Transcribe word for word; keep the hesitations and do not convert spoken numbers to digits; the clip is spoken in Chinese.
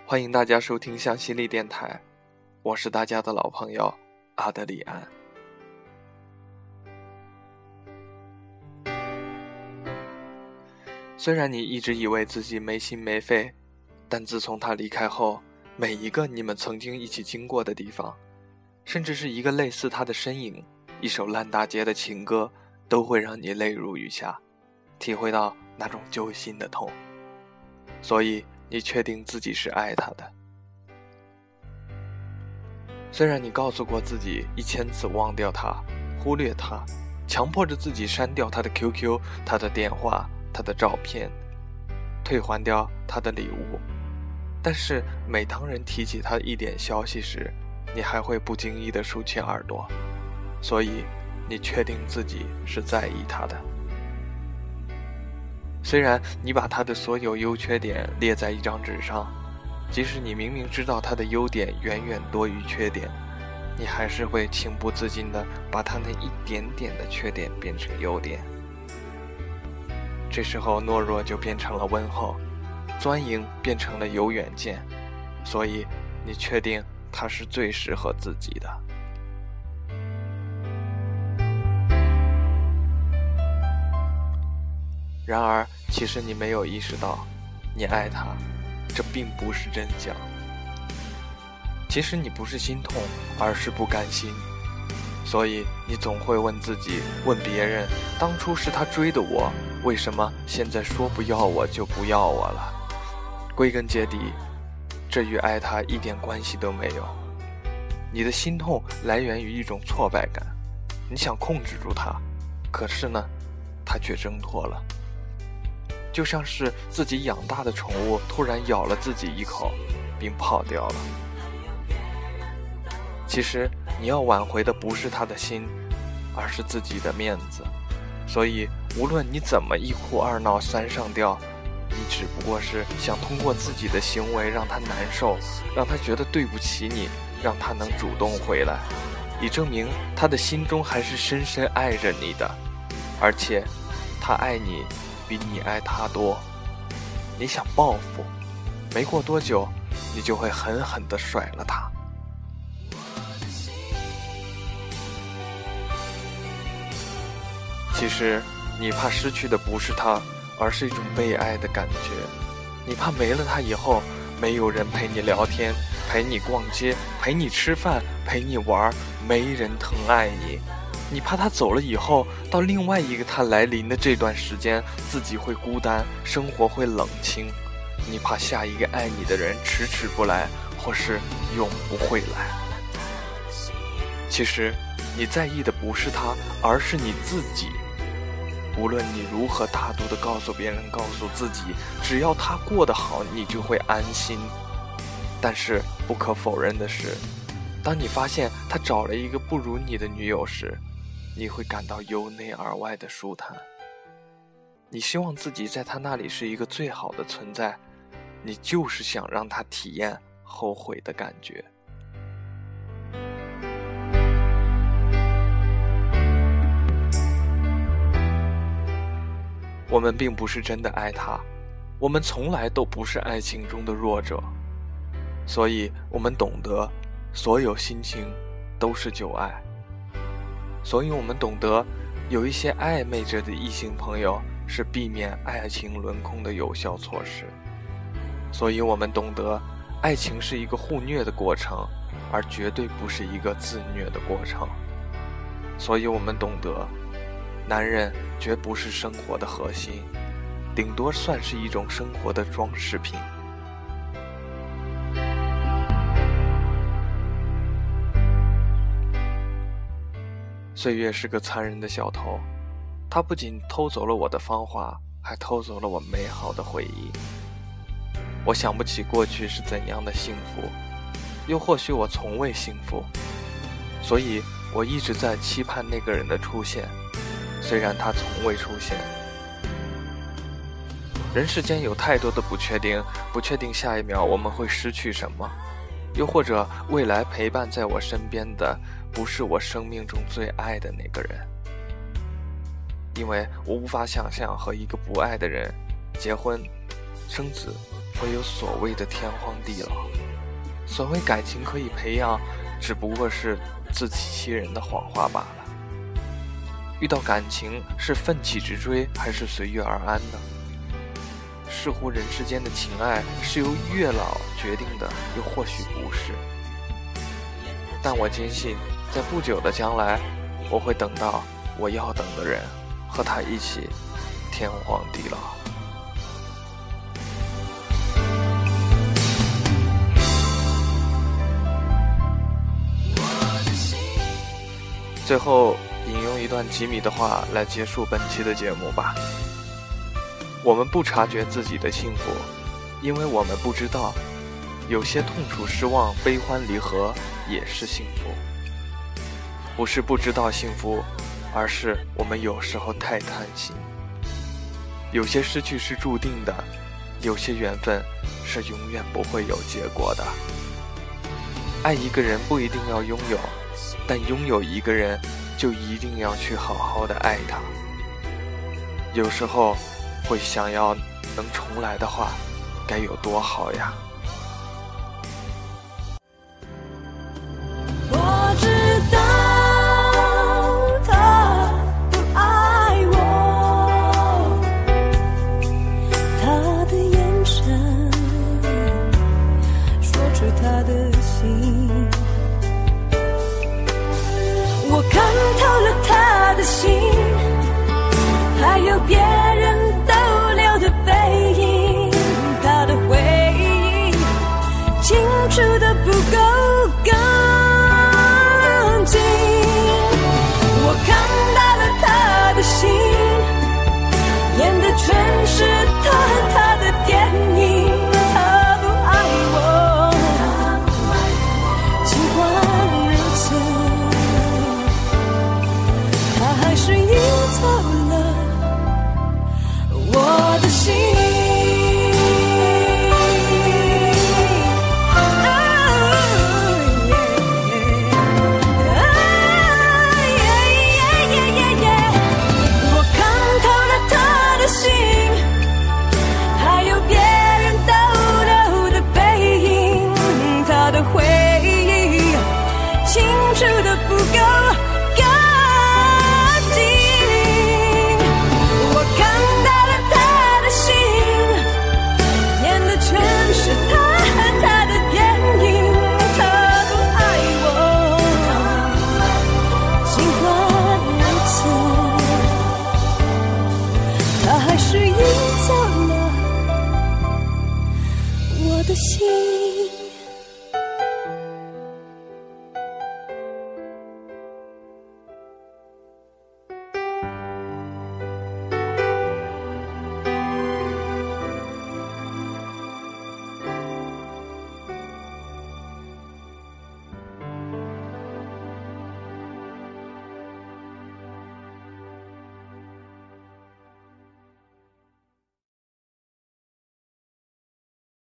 欢迎大家收听向西力电台，我是大家的老朋友阿德里安。虽然你一直以为自己没心没肺，但自从他离开后，每一个你们曾经一起经过的地方，甚至是一个类似他的身影，一首烂大街的情歌，都会让你泪如雨下，体会到那种揪心的痛。所以你确定自己是爱他的。虽然你告诉过自己一千次忘掉他，忽略他，强迫着自己删掉他的 Q Q、 他的电话、他的照片，退还掉他的礼物，但是每当人提起他一点消息时，你还会不经意地竖起耳朵。所以你确定自己是在意他的。虽然你把他的所有优缺点列在一张纸上，即使你明明知道他的优点远远多于缺点，你还是会情不自禁地把他那一点点的缺点变成优点。这时候懦弱就变成了温厚，钻营变成了有远见，所以你确定他是最适合自己的。然而其实你没有意识到，你爱他，这并不是真相。其实你不是心痛，而是不甘心。所以你总会问自己，问别人，当初是他追的我，为什么现在说不要我就不要我了？归根结底，这与爱他一点关系都没有。你的心痛来源于一种挫败感，你想控制住他，可是呢，他却挣脱了。就像是自己养大的宠物突然咬了自己一口，并跑掉了。其实你要挽回的不是他的心，而是自己的面子。所以无论你怎么一哭二闹三上吊，你只不过是想通过自己的行为让他难受，让他觉得对不起你，让他能主动回来，以证明他的心中还是深深爱着你的，而且他爱你比你爱他多。你想报复，没过多久你就会狠狠地甩了他。其实你怕失去的不是他，而是一种被爱的感觉。你怕没了他以后，没有人陪你聊天，陪你逛街，陪你吃饭，陪你玩，没人疼爱你。你怕他走了以后，到另外一个他来临的这段时间，自己会孤单，生活会冷清。你怕下一个爱你的人迟迟不来，或是永不会来。其实你在意的不是他，而是你自己。无论你如何大度地告诉别人，告诉自己，只要他过得好，你就会安心。但是不可否认的是，当你发现他找了一个不如你的女友时，你会感到由内而外的舒坦。你希望自己在他那里是一个最好的存在，你就是想让他体验后悔的感觉。我们并不是真的爱他，我们从来都不是爱情中的弱者，所以我们懂得所有心情都是旧爱。所以我们懂得有一些暧昧着的异性朋友是避免爱情轮空的有效措施。所以我们懂得爱情是一个互虐的过程，而绝对不是一个自虐的过程。所以我们懂得男人绝不是生活的核心，顶多算是一种生活的装饰品。岁月是个残忍的小偷，他不仅偷走了我的芳华，还偷走了我美好的回忆。我想不起过去是怎样的幸福，又或许我从未幸福，所以我一直在期盼那个人的出现，虽然他从未出现。人世间有太多的不确定，不确定下一秒我们会失去什么，又或者未来陪伴在我身边的不是我生命中最爱的那个人。因为我无法想象和一个不爱的人结婚， 生子会有所谓的天荒地老，所谓感情可以培养，只不过是自欺欺人的谎话罢了。遇到感情是奋起直追还是随遇而安呢？似乎人世间的情爱是由月老决定的，又或许不是。但我坚信，在不久的将来，我会等到我要等的人，和他一起天荒地老。最后引用一段吉米的话来结束本期的节目吧。我们不察觉自己的幸福，因为我们不知道，有些痛楚失望、悲欢离合也是幸福。不是不知道幸福，而是我们有时候太贪心。有些失去是注定的，有些缘分是永远不会有结果的。爱一个人不一定要拥有，但拥有一个人就一定要去好好的爱他。有时候会想要能重来的话，该有多好呀。 我知道他不爱我，他的眼神说出他的心，我看透了他的心，还有别人逗留的背影，他的回忆清楚的不够干净。我看到了他的心，演的全是他和他的电影。他不爱我，尽管如此，他还是赢走了我的心。我看透了他的心，还有别人逗留的背影，他的回忆清楚的不够干净。我看到了他的心，演的全是他和他的电影。他不爱我，尽管如此，他还是赢走了我的心。